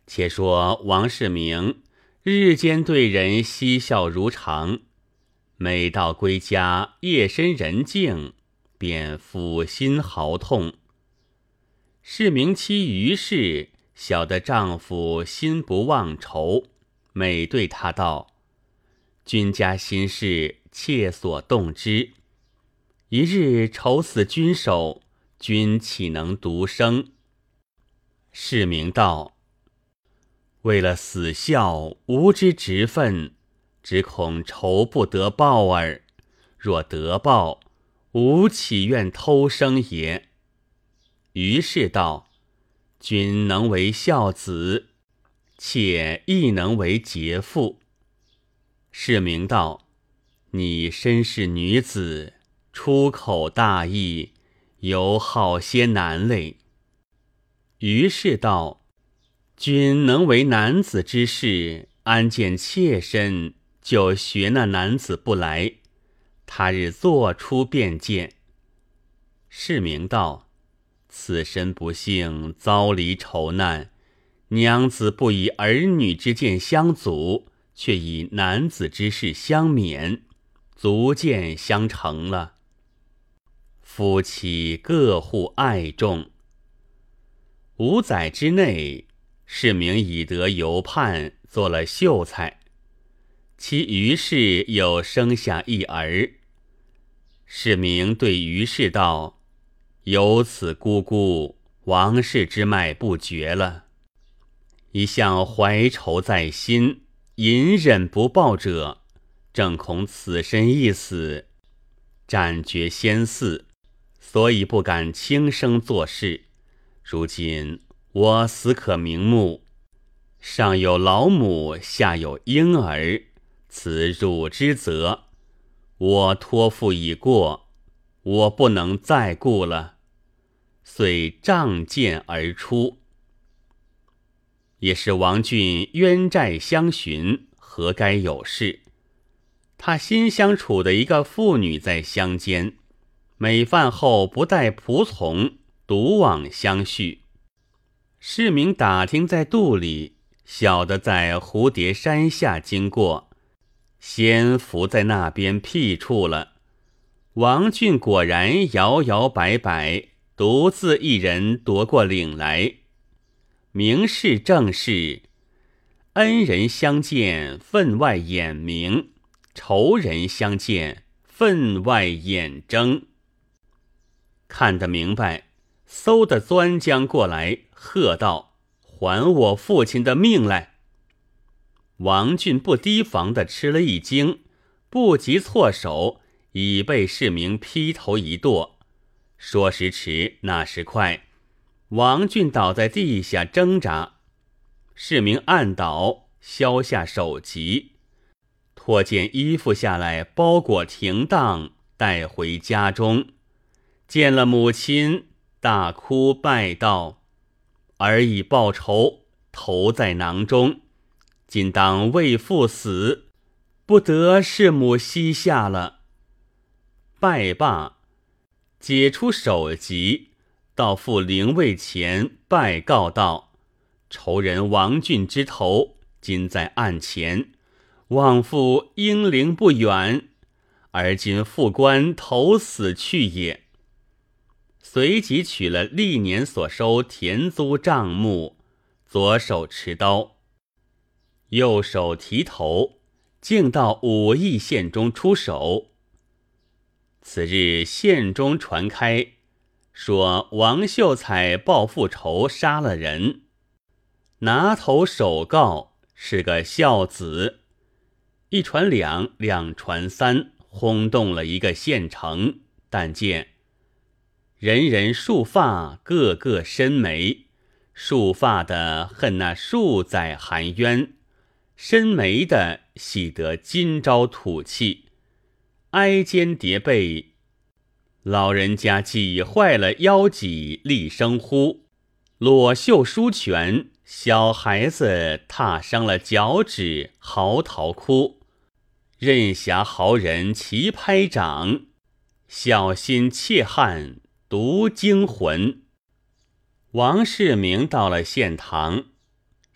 且说王世明日间对人嬉笑如常，每到归家，夜深人静，便抚心嚎痛。世明妻于氏晓得丈夫心不忘仇，每对他道：君家心事，切所动之。一日愁死君手，君岂能独生？世明道：为了死孝，无知直愤，只恐仇不得报耳。若得报，吾岂愿偷生也？于是道：君能为孝子，妾亦能为节妇。世明道：你身是女子，出口大义，有好些难嘞。于是道：君能为男子之事，安见妾身，就学那男子不来，他日做出便见。世明道：此身不幸，遭离愁难，娘子不以儿女之见相阻，却以男子之事相勉，足见相成了。夫妻各互爱重。5载之内，世明已得游判，做了秀才。其于氏又生下一儿。世明对于氏道：有此姑姑，王氏之脉不绝了。一向怀仇在心，隐忍不报者，正恐此身一死，斩绝先嗣，所以不敢轻声做事。如今我死可瞑目，上有老母，下有婴儿，此汝之责，我托付已过，我不能再顾了，遂仗剑而出。也是王俊冤债相寻，何该有事？他新相处的一个妇女在乡间，每饭后不带仆从，独往相续。世明打听在肚里，晓得在蝴蝶山下经过，先伏在那边僻处了。王俊果然摇摇摆摆，独自一人夺过岭来。明示正是：恩人相见，分外眼明；仇人相见，分外眼睁。看得明白，嗖地钻将过来，喝道：还我父亲的命来！王俊不提防地吃了一惊，不及错手，已被世明劈头一剁。说时迟，那时快，王俊倒在地下挣扎，世明按倒，削下首级，脱件衣服下来，包裹停当，带回家中。见了母亲，大哭拜道：儿已报仇，头在囊中，今当为父死，不得弑母膝下了。拜罢，解出首级，到父灵位前拜告道：仇人王俊之头，今在案前，望父英灵不远，而今副官投死去也。随即取了历年所收田租账目，左手持刀，右手提头，径到武义县中出手。此日县中传开，说王秀才报复仇，杀了人，拿头首告是个孝子。一传两，两传三，轰动了一个县城。但见人人束发，个个深眉。束发的恨那数载含冤，深眉的喜得今朝土气。挨肩叠背，老人家挤坏了腰脊，厉声呼；裸袖舒拳，小孩子踏伤了脚趾，嚎啕哭。任侠豪人齐拍掌，小心怯汉独惊魂。王世明到了县堂，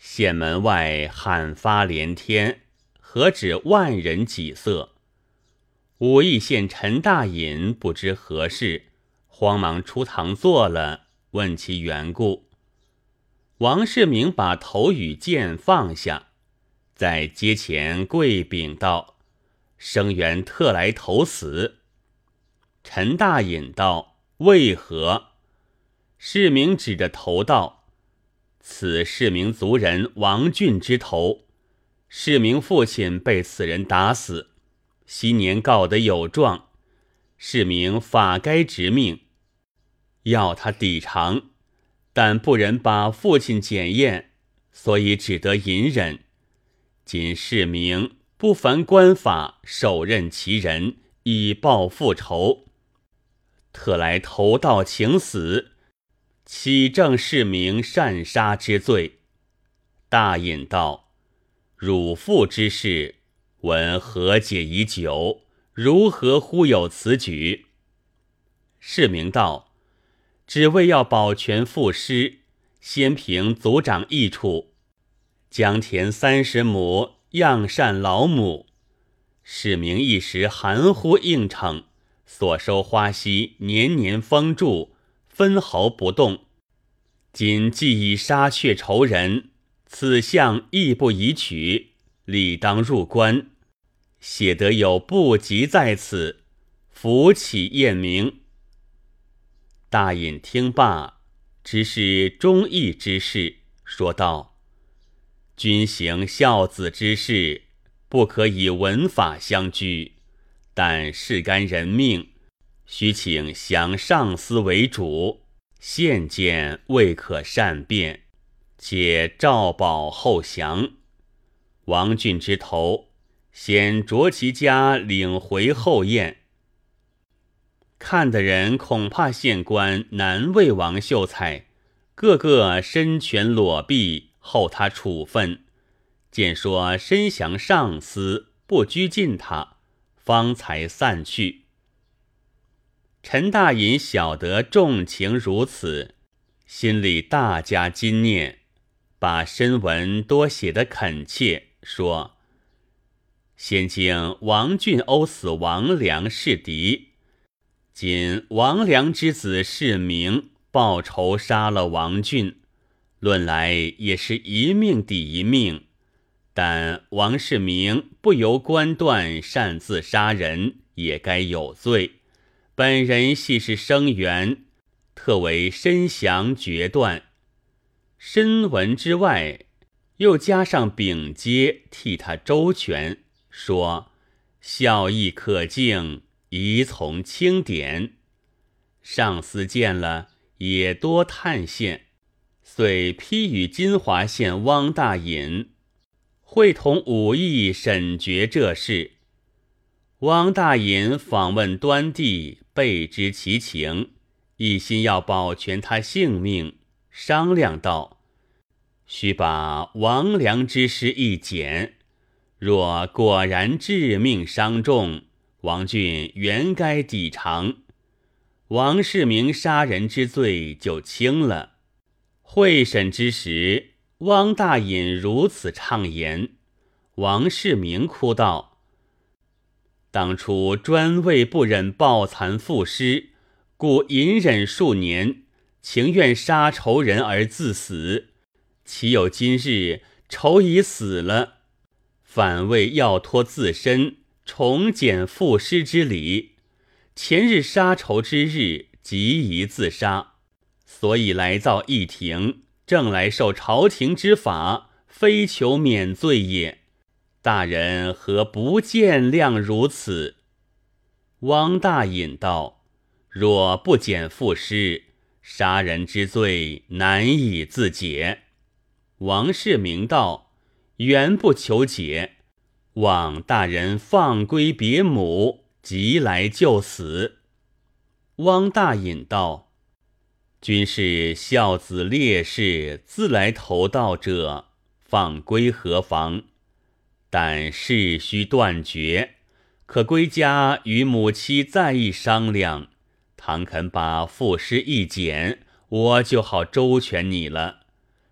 县门外喊发连天，何止万人几色。武义县陈大隐不知何事，慌忙出堂坐了，问其缘故。王世明把头与剑放下，在阶前跪禀道：生员特来投死。陈大隐道：为何？世明指着头道：此世明族人王俊之头，世明父亲被此人打死，昔年告得有状，世明法该执命，要他抵偿，但不忍把父亲检验，所以只得隐忍。今世明不凡官法，手刃其人，以报复仇，特来投道请死，岂正世明擅杀之罪？大隐道：汝父之事，闻和解已久，如何忽有此举？世明道：只为要保全父师，先凭族长益处，将田30亩，样善老母。世明一时含糊应承，所收花息年年丰助，分毫不动。今既已杀却仇人，此项亦不宜取，理当入关，写得有不及在此，扶起验明。大隐听罢，只是忠义之事，说道：君行孝子之事，不可以文法相拘，但事干人命，须请降上司为主，现见未可善变，且诏保后降。王俊之头，先着其家领回后验。看的人恐怕县官难为王秀才，个个身权裸臂，候他处分。见说身降上司，不拘禁他，方才散去。陈大隐晓得重情如此，心里大加矜念，把申文多写得恳切，说：先经王俊殴死王良是敌，今王良之子世明报仇杀了王俊，论来也是一命抵一命，但王世明不由官断擅自杀人，也该有罪。本人系是生源，特为申降决断。申文之外，又加上丙阶替他周全，说孝义可敬，宜从轻典。上司见了，也多叹羡，遂批与金华县汪大隐，会同武义审决这事。汪大隐访问端地，备知其情，一心要保全他性命，商量道：须把王良之师一减，若果然致命伤重，王俊原该抵偿，王世明杀人之罪就轻了。会审之时，汪大隐如此畅言，王世明哭道：当初专为不忍抱残父师，故隐忍数年，情愿杀仇人而自死，岂有今日仇已死了，反为要脱自身，重检父师之理。前日杀仇之日，即宜自杀，所以来造议庭，正来受朝廷之法，非求免罪也。大人何不见谅如此？汪大隐道：若不检父师，杀人之罪难以自解。王世明道：原不求解，望大人放归别母，即来就死。汪大隐道：君是孝子烈士，自来投道者，放归何妨？但事须断绝，可归家与母妻再一商量，倘肯把父师一减，我就好周全你了。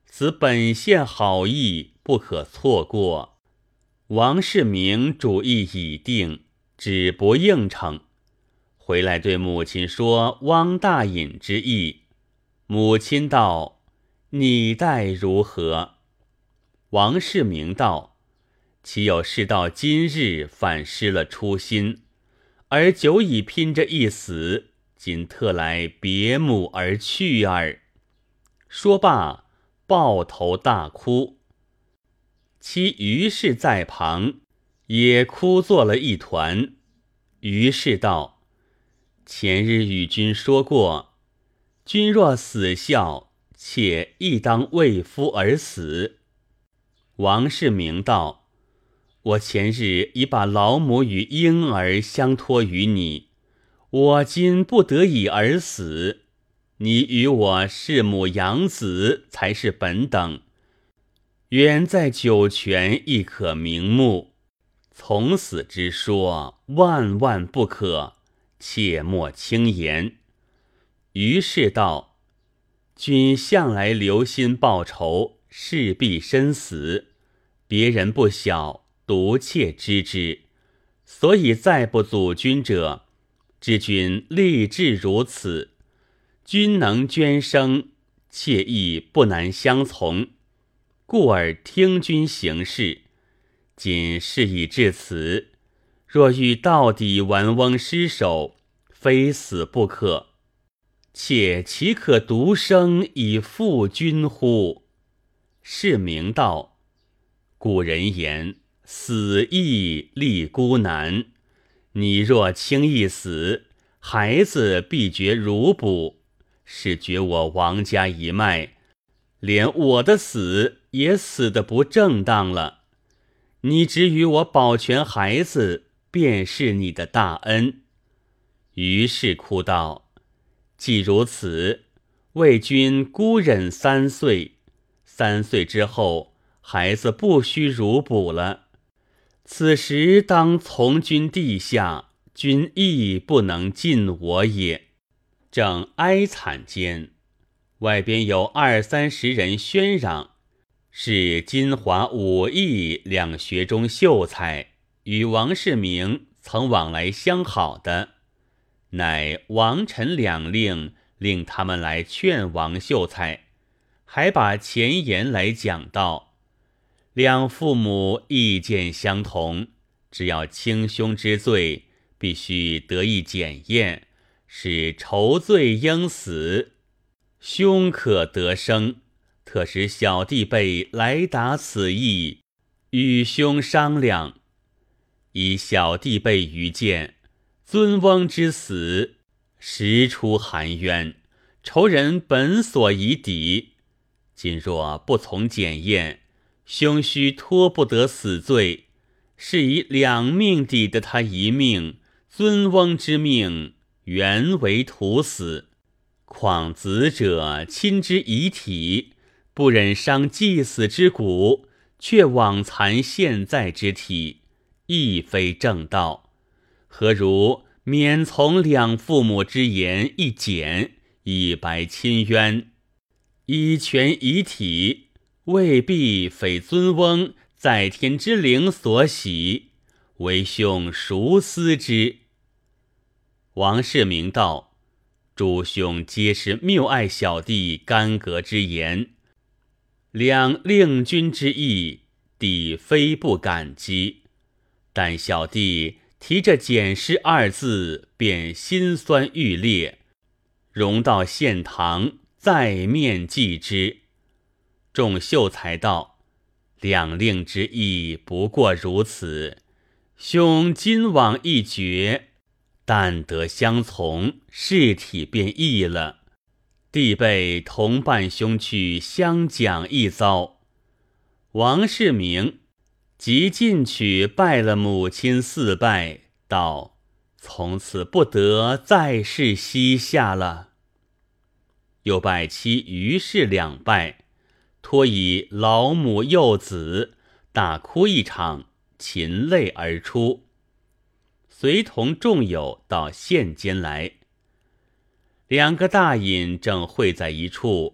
此本县好意，不可错过。王世明主意已定，只不应承。回来对母亲说汪大隐之意。母亲道：你待如何？王世明道：岂有事到今日反失了初心，而久已拼着一死，今特来别母而去耳。说罢，抱头大哭。其于氏在旁，也哭作了一团。于是道：前日与君说过，君若死孝，妾亦当为夫而死。王世明道：我前日已把老母与婴儿相托于你，我今不得已而死，你与我弑母养子才是本等，远在九泉亦可瞑目，从死之说万万不可，切莫轻言。于是道：君向来留心报仇，势必身死，别人不晓，独妾知之，所以再不阻君者，知君立志如此。君能捐生，妾亦不难相从，故而听君行事。今事已至此，若欲到底玩翁失手，非死不可。妾岂可独生以负君乎？世明道：古人言，死易立孤难。你若轻易死，孩子必绝乳哺，是绝我王家一脉，连我的死也死得不正当了。你只与我保全孩子，便是你的大恩。于是哭道：既如此，为君孤忍3岁，3岁之后，孩子不须乳哺了。此时当从君地下，君亦不能尽我也。正哀惨间，外边有20-30人喧嚷，是金华、武艺两学中秀才，与王世明曾往来相好的，乃王臣两令他们来劝王秀才，还把前言来讲道：两父母意见相同，只要轻凶之罪，必须得以检验，使仇罪应死，凶可得生。特使小弟辈来达此意，与兄商量。以小弟辈愚见，尊翁之死实出含冤，仇人本所以抵。今若不从检验，兄须脱不得死罪，是以2命抵得他1命，尊翁之命原为徒死。况子者亲之遗体，不忍伤既死之骨，却枉残现在之体，亦非正道。何如免从两父母之言一检，以白亲冤，以全遗体，未必非尊翁在天之灵所喜，为兄孰思之？王世明道：诸兄皆是谬爱小弟干戈之言，两令君之意，弟非不感激，但小弟提着检尸2字，便心酸欲裂，容到县堂再面祭之。众秀才道：两令之意不过如此，兄今往一决，但得相从，事体便易了。弟辈同伴兄去相讲一遭。王世明即进去拜了母亲4拜，道：从此不得再试膝下了。又拜妻于氏2拜，托以老母幼子，大哭一场，噙泪而出。随同众友到县间来，2个大隐正会在一处，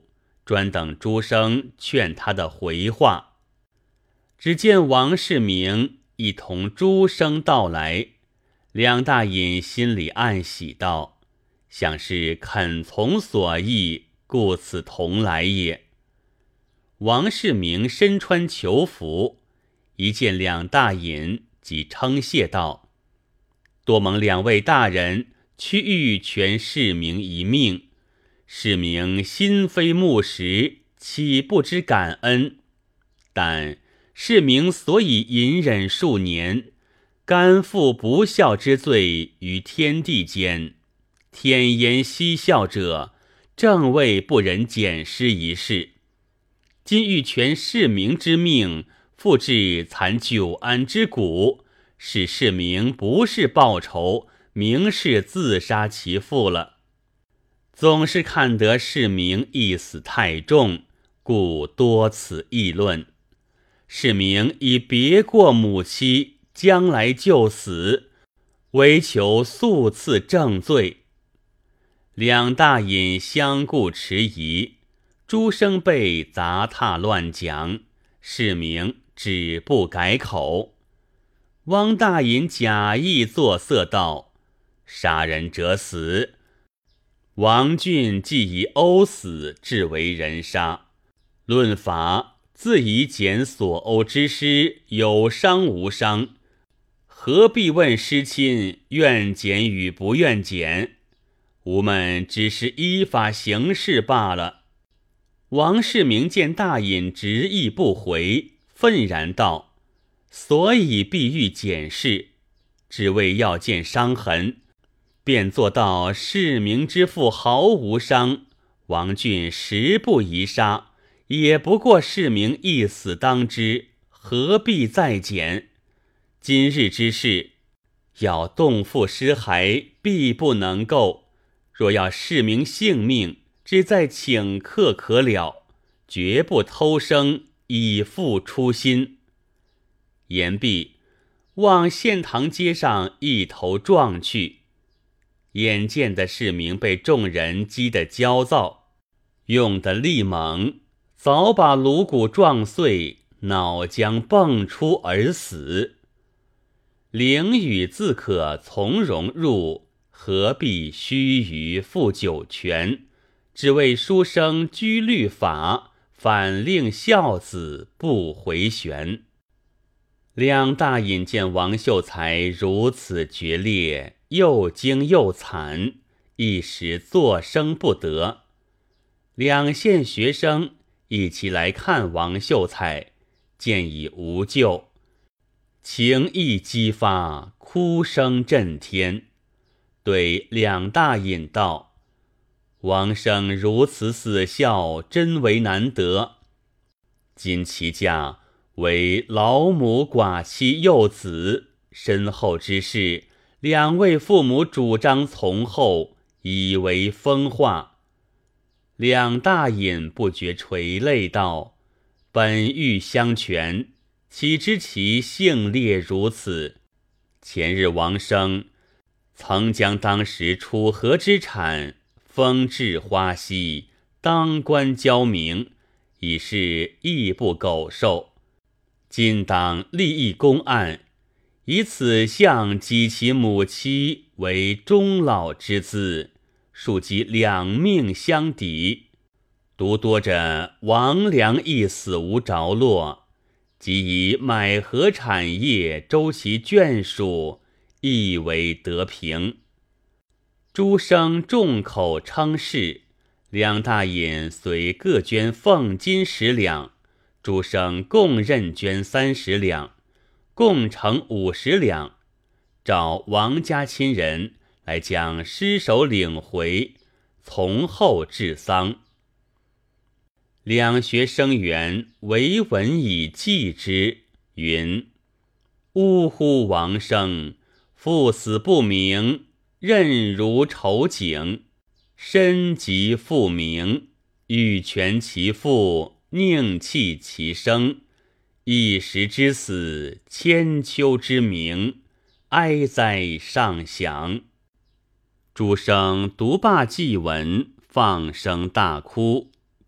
专等诸生劝他的回话。只见王世明一同诸生到来，梁大隐心里暗喜道：想是肯从所意，故此同来也。王世明身穿囚服，一见两大隐，即称谢道：多蒙两位大人屈欲全市民一命，市民心非木石，岂不知感恩？但市民所以隐忍数年，甘负不孝之罪于天地间，天言嬉笑者，正为不忍检失一事。今欲全市民之命，复至残久安之谷，使市民不是报仇，明是自杀其父了。总是看得市民一死太重，故多此议论。市民已别过母妻，将来就死，唯求速赐正罪。两大隐相顾迟疑，诸生辈杂沓乱讲，市民只不改口。汪大隐假意作色道：杀人者死，王俊既以殴死至为人杀，论法自以检所殴之师有伤无伤，何必问师亲愿检与不愿检？吾们只是依法行事罢了。王世明见大隐执意不回，愤然道：所以必欲检视，只为要见伤痕，便做到市民之父毫无伤，王俊实不宜杀，也不过市民一死当之，何必再检？今日之事，要动父尸骸，必不能够；若要市民性命，只在请客可了，绝不偷生，以复初心。言毕，往县堂街上一头撞去。眼见的市民被众人激得焦躁，用得力猛，早把颅骨撞碎，脑浆迸出而死。凌雨自可从容入，何必须臾负九泉？只为书生居律法，反令孝子不回旋。两大隐见王秀才如此决裂，又惊又惨，一时作声不得。两县学生一起来看王秀才，见已无救，情意激发，哭声震天，对两大隐道：王生如此死孝，真为难得。今其家为老母寡妻幼子，身后之事，两位父母主张从后，以为风化。两大隐不觉垂泪道：本欲相全，岂知其性烈如此？前日王生曾将当时楚河之产封至花溪，当官交明，已是义不苟受。今当立议公案，以此相激其母妻为终老之资，庶几两命相抵，独多着王良一死无着落，即以买禾产业周其眷属，亦为得平。诸生众口称是，两大隐遂各捐俸金10两，诸生共任捐30两，共成50两，找王家亲人来将尸首领回，从后治丧。两学生员唯闻以记之，云：呜呼王生，父死不明，任如仇井，身及父名，欲全其父，宁弃其生。一时之死，千秋之名，哀哉上响。诸生读罢祭文，放声大哭，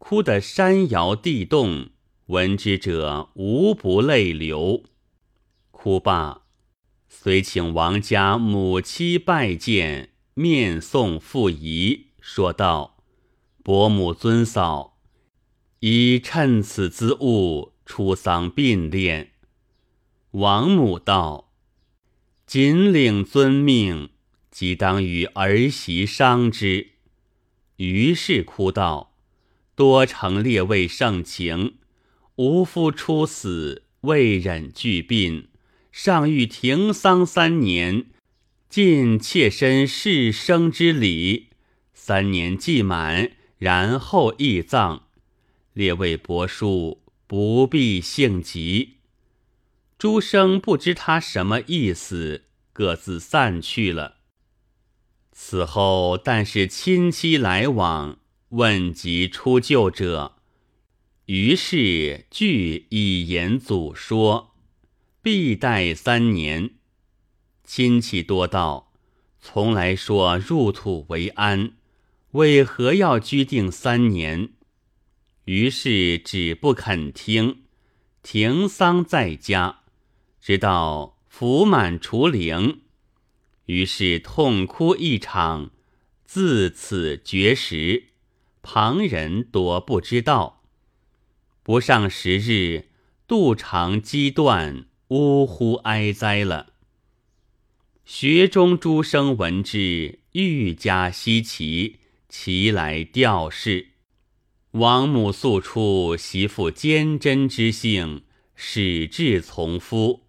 哭得山摇地动，闻之者无不泪流。哭罢，遂请王家母妻拜见，面送父仪，说道：伯母尊嫂，已趁此资物，出丧并殓。王母道：谨领遵命，即当与儿媳商之。于是哭道：多承列位盛情，吾夫初死，未忍惧病，尚欲停丧3年，尽妾身事生之礼。3年既满，然后议葬。列位伯叔不必性急。诸生不知他什么意思，各自散去了。此后但是亲戚来往，问及出厩者，于是俱以言祖说，必待3年。亲戚多道：从来说入土为安，为何要拘定3年？于是只不肯听，停丧在家，直到服满除灵。于是痛哭一场，自此绝食，旁人多不知道。不上10日，肚肠激断，呜呼哀哉了。学中诸生闻之，愈加稀奇，齐来吊事。王母诉出媳妇坚贞之性，始至从夫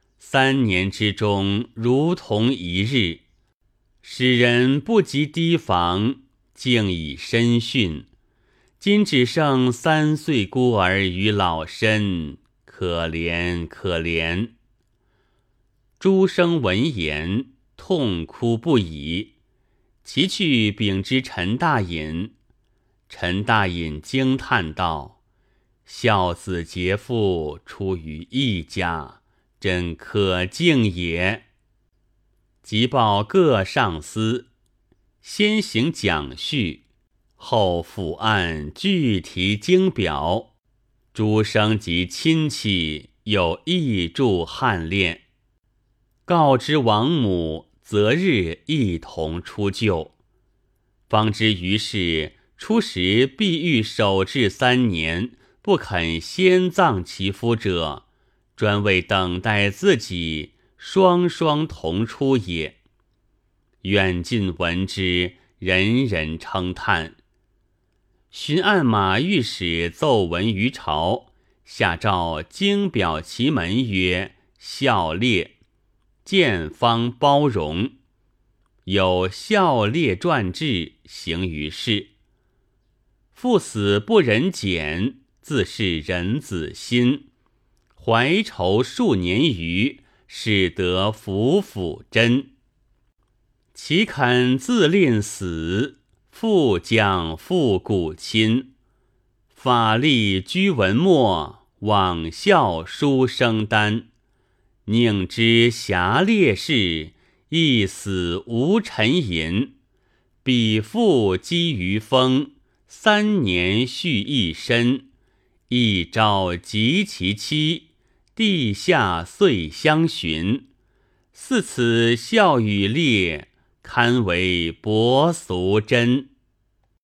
，3年之中如同1日，使人不及提防，竟已身殉。今只剩3岁孤儿于老身，可怜可怜。诸生闻言，痛哭不已，其去禀知陈大隐。陈大隐惊叹道：孝子杰父，出于一家，真可敬也。即报各上司，先行讲叙，后附案具题经表。诸生及亲戚有议著翰练，告知王母，择日一同出厩。方知于是初时必欲守至3年，不肯先葬其夫者，专为等待自己双双同出也。远近闻之，人人称叹。巡按马御史奏闻于朝，下诏经表其门曰：孝烈，见方包容。有孝烈传志，行于世。父死不忍减，自是人子心。怀愁数年余，使得服辅真。岂肯自吝死，复将复古亲。法力居文末，往效书生丹。宁知侠烈士，一死无沉吟。彼复积于风，3年续一身。一朝及其妻，地下遂相寻。似此孝与烈，堪为薄俗真。